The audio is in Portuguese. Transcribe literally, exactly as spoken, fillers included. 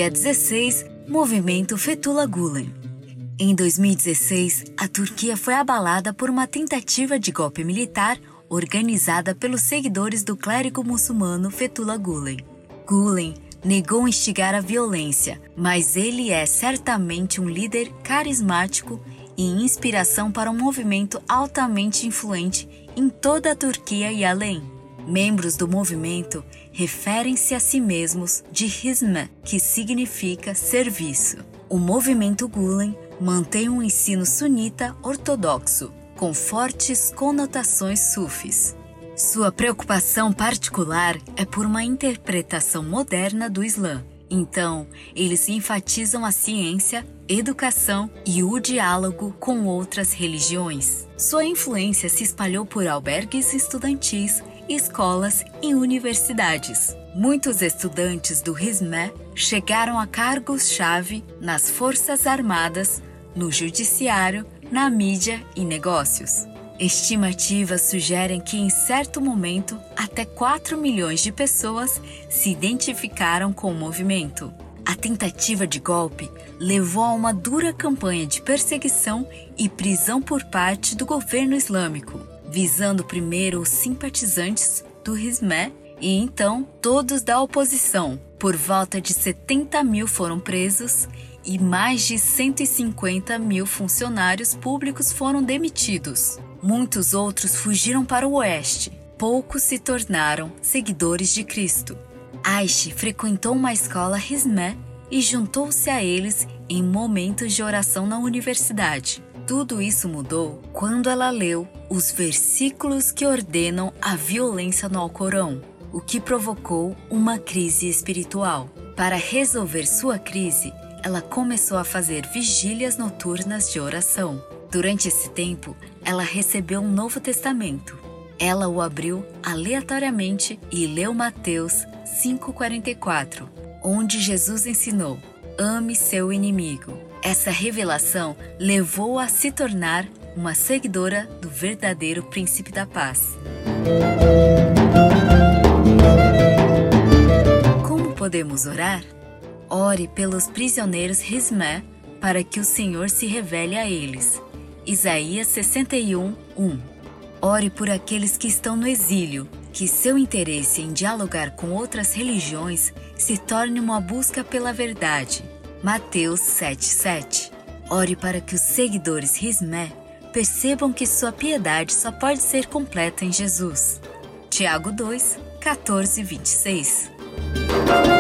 Dia dezesseis, Movimento Fethullah Gülen. Em dois mil e dezesseis, a Turquia foi abalada por uma tentativa de golpe militar organizada pelos seguidores do clérigo muçulmano Fethullah Gülen. Gülen negou instigar a violência, mas ele é certamente um líder carismático e inspiração para um movimento altamente influente em toda a Turquia e além. Membros do movimento referem-se a si mesmos de Hizmet, que significa serviço. O movimento Gülen mantém um ensino sunita ortodoxo, com fortes conotações sufis. Sua preocupação particular é por uma interpretação moderna do Islã. Então, eles enfatizam a ciência, educação e o diálogo com outras religiões. Sua influência se espalhou por albergues estudantis, escolas e universidades. Muitos estudantes do Hizmet chegaram a cargos-chave nas forças armadas, no judiciário, na mídia e negócios. Estimativas sugerem que em certo momento até quatro milhões de pessoas se identificaram com o movimento. A tentativa de golpe levou a uma dura campanha de perseguição e prisão por parte do governo islâmico, visando primeiro os simpatizantes do Hizmet e então todos da oposição. Por volta de setenta mil foram presos e mais de cento e cinquenta mil funcionários públicos foram demitidos. Muitos outros fugiram para o oeste. Poucos se tornaram seguidores de Cristo. Aishi frequentou uma escola Hizmet e juntou-se a eles em momentos de oração na universidade. Tudo isso mudou quando ela leu os versículos que ordenam a violência no Alcorão, o que provocou uma crise espiritual. Para resolver sua crise, ela começou a fazer vigílias noturnas de oração. Durante esse tempo, ela recebeu um Novo Testamento. Ela o abriu aleatoriamente e leu Mateus cinco, quarenta e quatro, onde Jesus ensinou: ame seu inimigo. Essa revelação levou-a a se tornar uma seguidora do verdadeiro Príncipe da Paz. Como podemos orar? Ore pelos prisioneiros Hizmet para que o Senhor se revele a eles. Isaías sessenta e um, um. Ore por aqueles que estão no exílio, que seu interesse em dialogar com outras religiões se torne uma busca pela verdade. Mateus sete, sete. Ore para que os seguidores Hizmet percebam que sua piedade só pode ser completa em Jesus. Tiago dois, quatorze, vinte e seis.